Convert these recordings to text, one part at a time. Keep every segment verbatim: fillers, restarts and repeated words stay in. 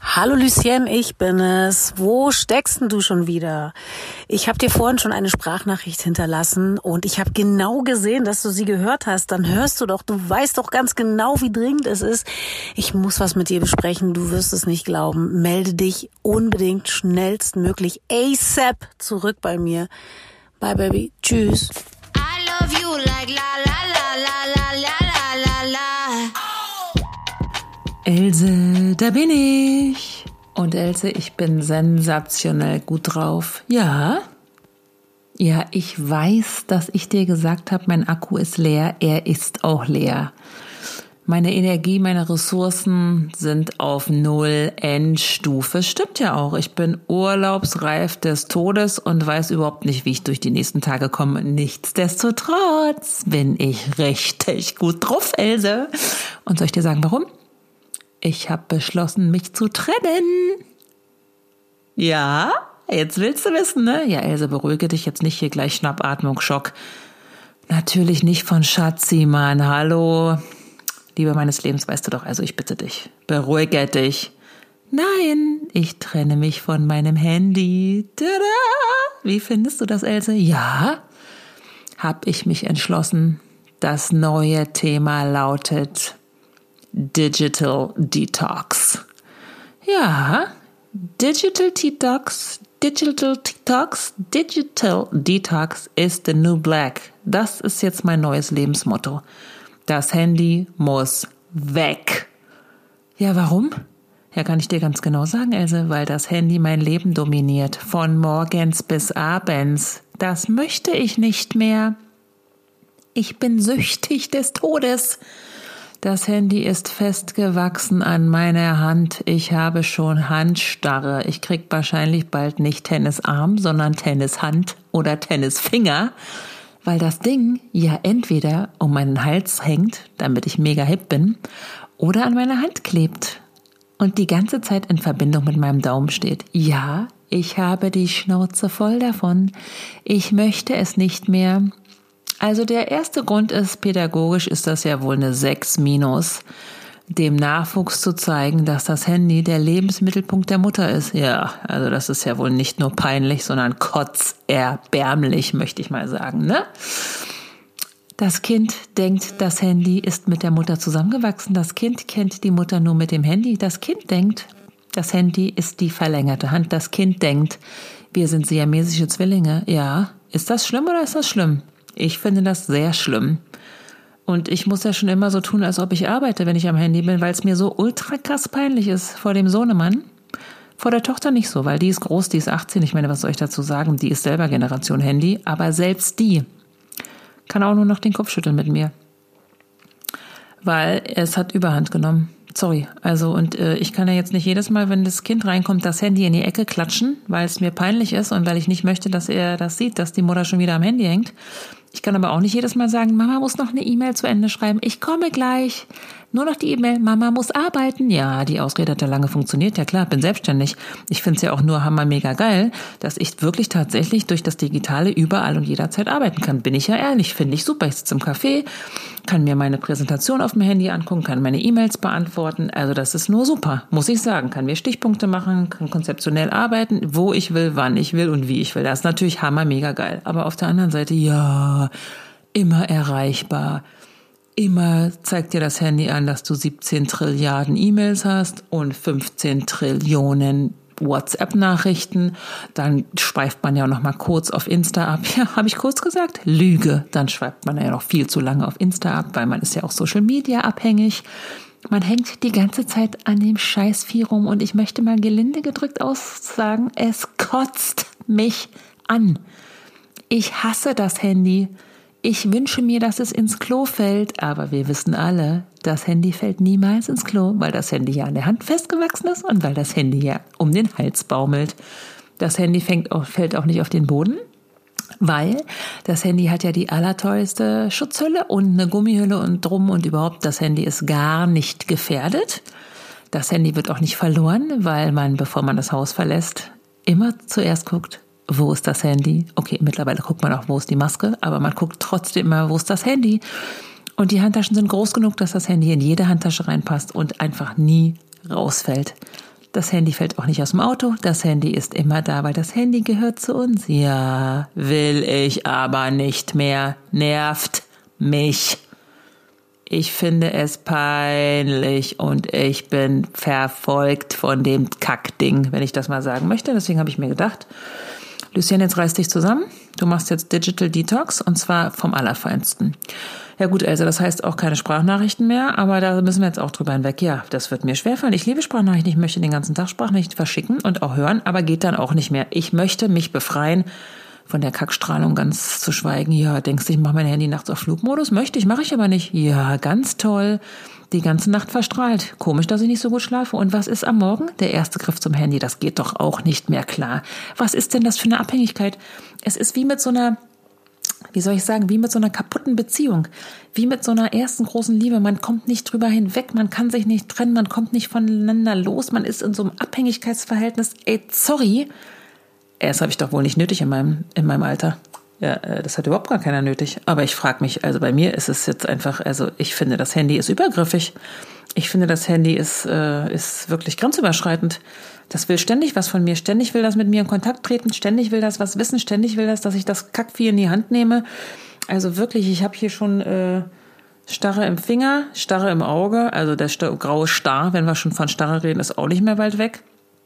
Hallo Lucien, ich bin es. Wo steckst denn du schon wieder? Ich habe dir vorhin schon eine Sprachnachricht hinterlassen und ich habe genau gesehen, dass du sie gehört hast. Dann hörst du doch, du weißt doch ganz genau, wie dringend es ist. Ich muss was mit dir besprechen, du wirst es nicht glauben. Melde dich unbedingt schnellstmöglich ASAP zurück bei mir. Bye, Baby. Tschüss. I love you like la la la la la la la la. Else, da bin ich. Und Else, ich bin sensationell gut drauf. Ja? Ja, ich weiß, dass ich dir gesagt habe, mein Akku ist leer. Er ist auch leer. Meine Energie, meine Ressourcen sind auf Null Endstufe. Stimmt ja auch. Ich bin urlaubsreif des Todes und weiß überhaupt nicht, wie ich durch die nächsten Tage komme. Nichtsdestotrotz bin ich richtig gut drauf, Else. Und soll ich dir sagen, warum? Ich habe beschlossen, mich zu trennen. Ja, jetzt willst du wissen, ne? Ja, Else, beruhige dich jetzt nicht hier gleich Schnappatmung, Schock. Natürlich nicht von Schatzi, Mann. Hallo. Liebe meines Lebens, weißt du doch, also ich bitte dich, beruhige dich. Nein, ich trenne mich von meinem Handy. Tada! Wie findest du das, Else? Ja, habe ich mich entschlossen. Das neue Thema lautet Digital Detox. Ja, Digital Detox, Digital Detox, Digital Detox is the new black. Das ist jetzt mein neues Lebensmotto. Das Handy muss weg. Ja, warum? Ja, kann ich dir ganz genau sagen, Else, weil das Handy mein Leben dominiert. Von morgens bis abends. Das möchte ich nicht mehr. Ich bin süchtig des Todes. Das Handy ist festgewachsen an meiner Hand. Ich habe schon Handstarre. Ich krieg wahrscheinlich bald nicht Tennisarm, sondern Tennishand oder Tennisfinger, weil das Ding ja entweder um meinen Hals hängt, damit ich mega hip bin, oder an meiner Hand klebt und die ganze Zeit in Verbindung mit meinem Daumen steht. Ja, ich habe die Schnauze voll davon. Ich möchte es nicht mehr. Also der erste Grund ist, pädagogisch ist das ja wohl eine sechs minus, dem Nachwuchs zu zeigen, dass das Handy der Lebensmittelpunkt der Mutter ist. Ja, also das ist ja wohl nicht nur peinlich, sondern kotzerbärmlich, möchte ich mal sagen, ne? Das Kind denkt, das Handy ist mit der Mutter zusammengewachsen. Das Kind kennt die Mutter nur mit dem Handy. Das Kind denkt, das Handy ist die verlängerte Hand. Das Kind denkt, wir sind siamesische Zwillinge. Ja, ist das schlimm oder ist das schlimm? Ich finde das sehr schlimm. Und ich muss ja schon immer so tun, als ob ich arbeite, wenn ich am Handy bin, weil es mir so ultra krass peinlich ist vor dem Sohnemann. Vor der Tochter nicht so, weil die ist groß, die ist achtzehn. Ich meine, was soll ich dazu sagen? Die ist selber Generation Handy. Aber selbst die kann auch nur noch den Kopf schütteln mit mir. Weil es hat Überhand genommen. Sorry. Also, und äh, ich kann ja jetzt nicht jedes Mal, wenn das Kind reinkommt, das Handy in die Ecke klatschen, weil es mir peinlich ist und weil ich nicht möchte, dass er das sieht, dass die Mutter schon wieder am Handy hängt. Ich kann aber auch nicht jedes Mal sagen, Mama muss noch eine E-Mail zu Ende schreiben. Ich komme gleich. Nur noch die E-Mail, Mama muss arbeiten. Ja, die Ausrede hat ja lange funktioniert. Ja klar, bin selbstständig. Ich finde es ja auch nur hammer mega geil, dass ich wirklich tatsächlich durch das Digitale überall und jederzeit arbeiten kann. Bin ich ja ehrlich, finde ich super. Ich sitze im Café, kann mir meine Präsentation auf dem Handy angucken, kann meine E-Mails beantworten. Also das ist nur super, muss ich sagen. Kann mir Stichpunkte machen, kann konzeptionell arbeiten, wo ich will, wann ich will und wie ich will. Das ist natürlich hammer mega geil. Aber auf der anderen Seite, ja, immer erreichbar. Immer zeigt dir das Handy an, dass du siebzehn Trilliarden E-Mails hast und fünfzehn Trillionen WhatsApp-Nachrichten. Dann schweift man ja noch mal kurz auf Insta ab. Ja, habe ich kurz gesagt? Lüge. Dann schweift man ja noch viel zu lange auf Insta ab, weil man ist ja auch Social Media abhängig. Man hängt die ganze Zeit an dem Scheißvieh rum und ich möchte mal gelinde gedrückt aussagen, es kotzt mich an. Ich hasse das Handy. Ich wünsche mir, dass es ins Klo fällt, aber wir wissen alle, das Handy fällt niemals ins Klo, weil das Handy ja an der Hand festgewachsen ist und weil das Handy ja um den Hals baumelt. Das Handy fängt auch, fällt auch nicht auf den Boden, weil das Handy hat ja die allerteuerste Schutzhülle und eine Gummihülle und drum und überhaupt, das Handy ist gar nicht gefährdet. Das Handy wird auch nicht verloren, weil man, bevor man das Haus verlässt, immer zuerst guckt, wo ist das Handy? Okay, mittlerweile guckt man auch, wo ist die Maske, aber man guckt trotzdem immer, wo ist das Handy? Und die Handtaschen sind groß genug, dass das Handy in jede Handtasche reinpasst und einfach nie rausfällt. Das Handy fällt auch nicht aus dem Auto. Das Handy ist immer da, weil das Handy gehört zu uns. Ja, will ich aber nicht mehr. Nervt mich. Ich finde es peinlich und ich bin verfolgt von dem Kackding, wenn ich das mal sagen möchte. Deswegen habe ich mir gedacht, Lucien, jetzt reiß dich zusammen. Du machst jetzt Digital Detox und zwar vom Allerfeinsten. Ja gut, Elsa, das heißt auch keine Sprachnachrichten mehr, aber da müssen wir jetzt auch drüber hinweg. Ja, das wird mir schwerfallen. Ich liebe Sprachnachrichten, ich möchte den ganzen Tag Sprachnachrichten verschicken und auch hören, aber geht dann auch nicht mehr. Ich möchte mich befreien von der Kackstrahlung, ganz zu schweigen. Ja, denkst du, ich mache mein Handy nachts auf Flugmodus? Möchte ich, mache ich aber nicht. Ja, ganz toll. Die ganze Nacht verstrahlt. Komisch, dass ich nicht so gut schlafe. Und was ist am Morgen? Der erste Griff zum Handy, das geht doch auch nicht mehr klar. Was ist denn das für eine Abhängigkeit? Es ist wie mit so einer, wie soll ich sagen, wie mit so einer kaputten Beziehung. Wie mit so einer ersten großen Liebe. Man kommt nicht drüber hinweg, man kann sich nicht trennen, man kommt nicht voneinander los, man ist in so einem Abhängigkeitsverhältnis. Ey, sorry, das habe ich doch wohl nicht nötig in meinem, in meinem Alter. Ja, das hat überhaupt gar keiner nötig. Aber ich frage mich, also bei mir ist es jetzt einfach, also ich finde, das Handy ist übergriffig. Ich finde, das Handy ist, äh, ist wirklich grenzüberschreitend. Das will ständig was von mir. Ständig will das mit mir in Kontakt treten. Ständig will das was wissen. Ständig will das, dass ich das Kackvieh in die Hand nehme. Also wirklich, ich habe hier schon äh, Starre im Finger, Starre im Auge. Also der st- graue Star, wenn wir schon von Starre reden, ist auch nicht mehr weit weg.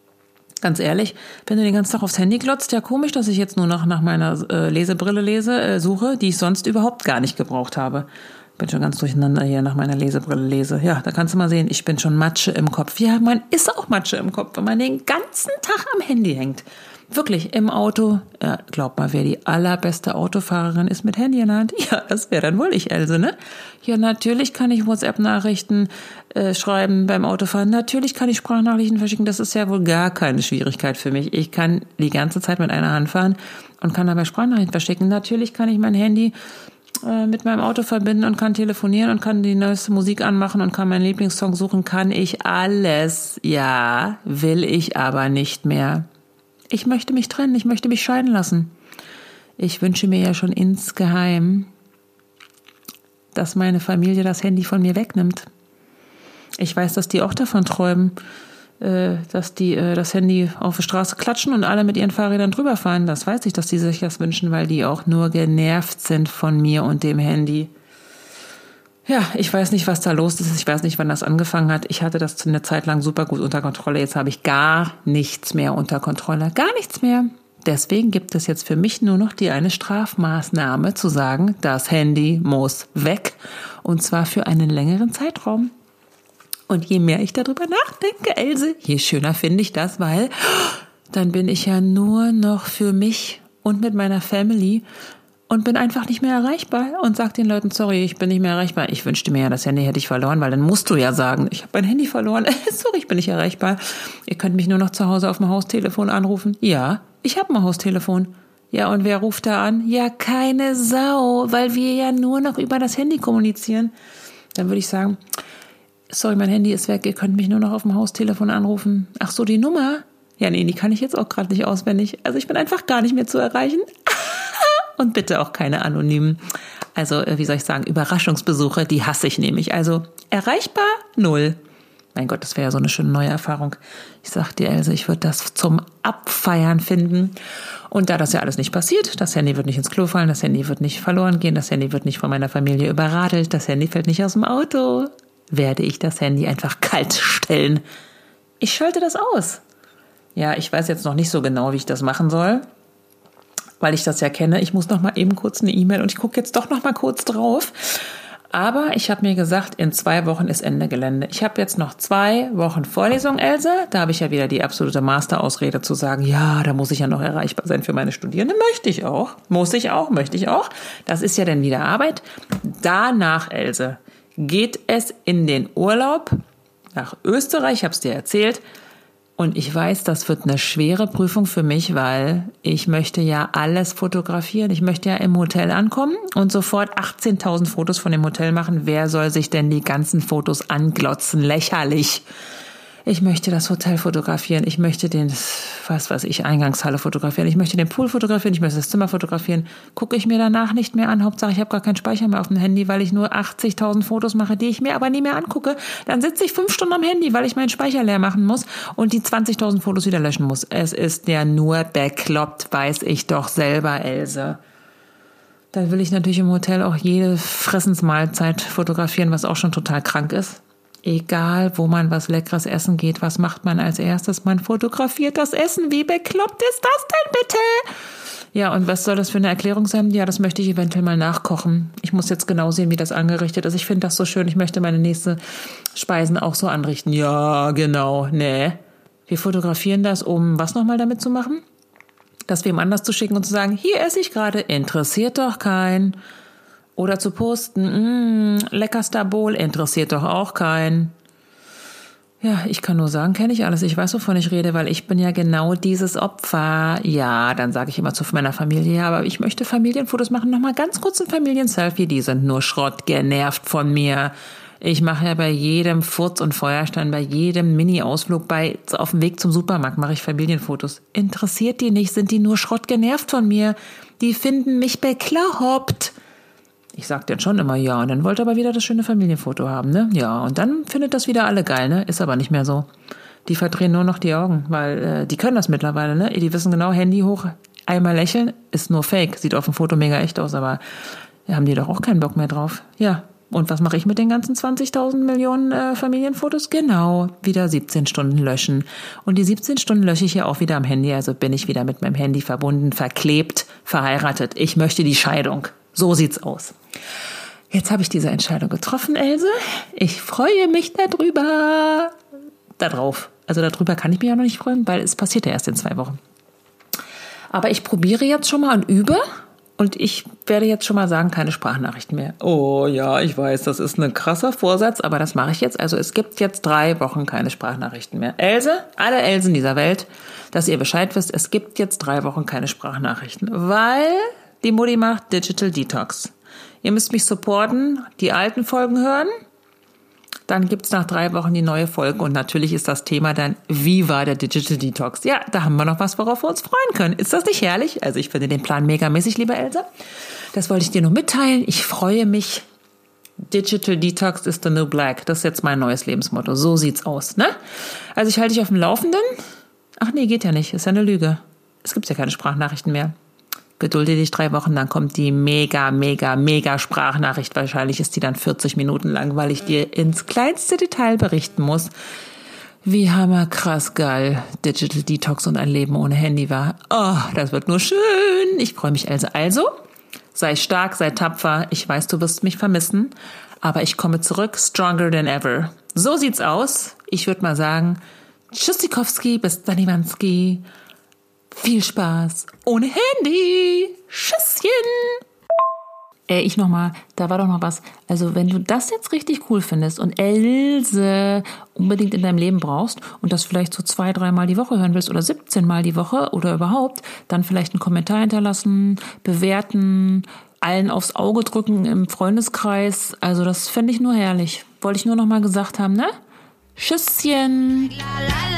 Ganz ehrlich, wenn du den ganzen Tag aufs Handy glotzt, ja komisch, dass ich jetzt nur noch nach meiner äh, Lesebrille lese, äh, suche, die ich sonst überhaupt gar nicht gebraucht habe. Bin schon ganz durcheinander hier nach meiner Lesebrille lese. Ja, da kannst du mal sehen, ich bin schon Matsche im Kopf. Ja, man ist auch Matsche im Kopf, wenn man den ganzen Tag am Handy hängt. Wirklich, im Auto. Ja, glaub mal, wer die allerbeste Autofahrerin ist mit Handy in der Hand. Ja, das wäre dann wohl ich, Else, ne? Ja, natürlich kann ich WhatsApp-Nachrichten äh, schreiben beim Autofahren. Natürlich kann ich Sprachnachrichten verschicken. Das ist ja wohl gar keine Schwierigkeit für mich. Ich kann die ganze Zeit mit einer Hand fahren und kann dabei Sprachnachrichten verschicken. Natürlich kann ich mein Handy äh, mit meinem Auto verbinden und kann telefonieren und kann die neueste Musik anmachen und kann meinen Lieblingssong suchen. Kann ich alles. Ja, will ich aber nicht mehr. Ich möchte mich trennen, ich möchte mich scheiden lassen. Ich wünsche mir ja schon insgeheim, dass meine Familie das Handy von mir wegnimmt. Ich weiß, dass die auch davon träumen, dass die das Handy auf der Straße klatschen und alle mit ihren Fahrrädern drüber fahren. Das weiß ich, dass die sich das wünschen, weil die auch nur genervt sind von mir und dem Handy. Ja, ich weiß nicht, was da los ist. Ich weiß nicht, wann das angefangen hat. Ich hatte das eine Zeit lang super gut unter Kontrolle. Jetzt habe ich gar nichts mehr unter Kontrolle. Gar nichts mehr. Deswegen gibt es jetzt für mich nur noch die eine Strafmaßnahme, zu sagen, das Handy muss weg. Und zwar für einen längeren Zeitraum. Und je mehr ich darüber nachdenke, Else, je schöner finde ich das, weil dann bin ich ja nur noch für mich und mit meiner Family und bin einfach nicht mehr erreichbar und sag den Leuten, sorry, ich bin nicht mehr erreichbar. Ich wünschte mir ja, das Handy hätte ich verloren, weil dann musst du ja sagen, ich habe mein Handy verloren. Sorry, ich bin nicht erreichbar. Ihr könnt mich nur noch zu Hause auf dem Haustelefon anrufen. Ja, ich habe ein Haustelefon. Ja, und wer ruft da an? Ja, keine Sau, weil wir ja nur noch über das Handy kommunizieren. Dann würde ich sagen, sorry, mein Handy ist weg, ihr könnt mich nur noch auf dem Haustelefon anrufen. Ach so, die Nummer? Ja, nee, die kann ich jetzt auch gerade nicht auswendig. Also ich bin einfach gar nicht mehr zu erreichen. Und bitte auch keine anonymen, also wie soll ich sagen, Überraschungsbesuche, die hasse ich nämlich. Also erreichbar, null. Mein Gott, das wäre ja so eine schöne neue Erfahrung. Ich sag dir, Else, ich würde das zum Abfeiern finden. Und da das ja alles nicht passiert, das Handy wird nicht ins Klo fallen, das Handy wird nicht verloren gehen, das Handy wird nicht von meiner Familie überradelt, das Handy fällt nicht aus dem Auto, werde ich das Handy einfach kalt stellen. Ich schalte das aus. Ja, ich weiß jetzt noch nicht so genau, wie ich das machen soll, weil ich das ja kenne. Ich muss noch mal eben kurz eine E-Mail und ich gucke jetzt doch noch mal kurz drauf. Aber ich habe mir gesagt, in zwei Wochen ist Ende Gelände. Ich habe jetzt noch zwei Wochen Vorlesung, Else. Da habe ich ja wieder die absolute Masterausrede zu sagen, ja, da muss ich ja noch erreichbar sein für meine Studierenden. Möchte ich auch. Muss ich auch, möchte ich auch. Das ist ja dann wieder Arbeit. Danach, Else, geht es in den Urlaub nach Österreich. Ich habe es dir erzählt. Und ich weiß, das wird eine schwere Prüfung für mich, weil ich möchte ja alles fotografieren. Ich möchte ja im Hotel ankommen und sofort achtzehntausend Fotos von dem Hotel machen. Wer soll sich denn die ganzen Fotos anglotzen? Lächerlich. Ich möchte das Hotel fotografieren. Ich möchte den was weiß ich, Eingangshalle fotografieren, ich möchte den Pool fotografieren, ich möchte das Zimmer fotografieren, gucke ich mir danach nicht mehr an. Hauptsache, ich habe gar keinen Speicher mehr auf dem Handy, weil ich nur achtzigtausend Fotos mache, die ich mir aber nie mehr angucke. Dann sitze ich fünf Stunden am Handy, weil ich meinen Speicher leer machen muss und die zwanzigtausend Fotos wieder löschen muss. Es ist ja nur bekloppt, weiß ich doch selber, Else. Da will ich natürlich im Hotel auch jede Fressensmahlzeit fotografieren, was auch schon total krank ist. Egal, wo man was Leckeres essen geht, was macht man als erstes? Man fotografiert das Essen. Wie bekloppt ist das denn bitte? Ja, und was soll das für eine Erklärung sein? Ja, das möchte ich eventuell mal nachkochen. Ich muss jetzt genau sehen, wie das angerichtet ist. Ich finde das so schön. Ich möchte meine nächste Speisen auch so anrichten. Ja, genau. Nee. Wir fotografieren das, um was nochmal damit zu machen? Das wem anders zu schicken und zu sagen, hier esse ich gerade, interessiert doch keinen. Oder zu posten, mh, leckerster Bowl, interessiert doch auch keinen. Ja, ich kann nur sagen, kenne ich alles. Ich weiß, wovon ich rede, weil ich bin ja genau dieses Opfer. Ja, dann sage ich immer zu meiner Familie, ja, aber ich möchte Familienfotos machen. Nochmal ganz kurz ein Familienselfie. Die sind nur Schrott, genervt von mir. Ich mache ja bei jedem Furz und Feuerstein, bei jedem Mini-Ausflug, bei auf dem Weg zum Supermarkt mache ich Familienfotos. Interessiert die nicht? Sind die nur Schrott, genervt von mir? Die finden mich bekloppt. Ich sag dann schon immer ja und dann wollte aber wieder das schöne Familienfoto haben, ne? Ja, und dann findet das wieder alle geil, ne? Ist aber nicht mehr so. Die verdrehen nur noch die Augen, weil äh, die können das mittlerweile, ne? Die wissen genau, Handy hoch, einmal lächeln, ist nur Fake. Sieht auf dem Foto mega echt aus, aber haben die doch auch keinen Bock mehr drauf. Ja, und was mache ich mit den ganzen zwanzigtausend Millionen äh, Familienfotos? Genau, wieder siebzehn Stunden löschen. Und die siebzehn Stunden lösche ich ja auch wieder am Handy, also bin ich wieder mit meinem Handy verbunden, verklebt, verheiratet. Ich möchte die Scheidung. So sieht's aus. Jetzt habe ich diese Entscheidung getroffen, Else. Ich freue mich darüber. Darauf. Also darüber kann ich mich ja noch nicht freuen, weil es passiert ja erst in zwei Wochen. Aber ich probiere jetzt schon mal und übe. Und ich werde jetzt schon mal sagen, keine Sprachnachrichten mehr. Oh ja, ich weiß, das ist ein krasser Vorsatz, aber das mache ich jetzt. Also es gibt jetzt drei Wochen keine Sprachnachrichten mehr. Else, alle Elsen dieser Welt, dass ihr Bescheid wisst, es gibt jetzt drei Wochen keine Sprachnachrichten, weil die Mutti macht Digital Detox. Ihr müsst mich supporten, die alten Folgen hören. Dann gibt's nach drei Wochen die neue Folge. Und natürlich ist das Thema dann, wie war der Digital Detox? Ja, da haben wir noch was, worauf wir uns freuen können. Ist das nicht herrlich? Also ich finde den Plan megamäßig, liebe Elsa. Das wollte ich dir nur mitteilen. Ich freue mich. Digital Detox is the new black. Das ist jetzt mein neues Lebensmotto. So sieht's aus, ne? Also ich halte dich auf dem Laufenden. Ach nee, geht ja nicht. Ist ja eine Lüge. Es gibt ja keine Sprachnachrichten mehr. Gedulde dich drei Wochen, dann kommt die mega, mega, mega Sprachnachricht. Wahrscheinlich ist die dann vierzig Minuten lang, weil ich dir ins kleinste Detail berichten muss, wie hammerkrass geil Digital Detox und ein Leben ohne Handy war. Oh, das wird nur schön. Ich freue mich, Else. Also, sei stark, sei tapfer. Ich weiß, du wirst mich vermissen, aber ich komme zurück, stronger than ever. So sieht's aus. Ich würde mal sagen, Tschüssikowski, bis dann, Iwanski. Viel Spaß ohne Handy. Tschüsschen. Äh, ich nochmal, da war doch noch was. Also wenn du das jetzt richtig cool findest und Else unbedingt in deinem Leben brauchst und das vielleicht so zwei, dreimal die Woche hören willst oder siebzehn Mal die Woche oder überhaupt, dann vielleicht einen Kommentar hinterlassen, bewerten, allen aufs Auge drücken im Freundeskreis. Also das fände ich nur herrlich. Wollte ich nur noch mal gesagt haben, ne? Tschüsschen. La, la, la.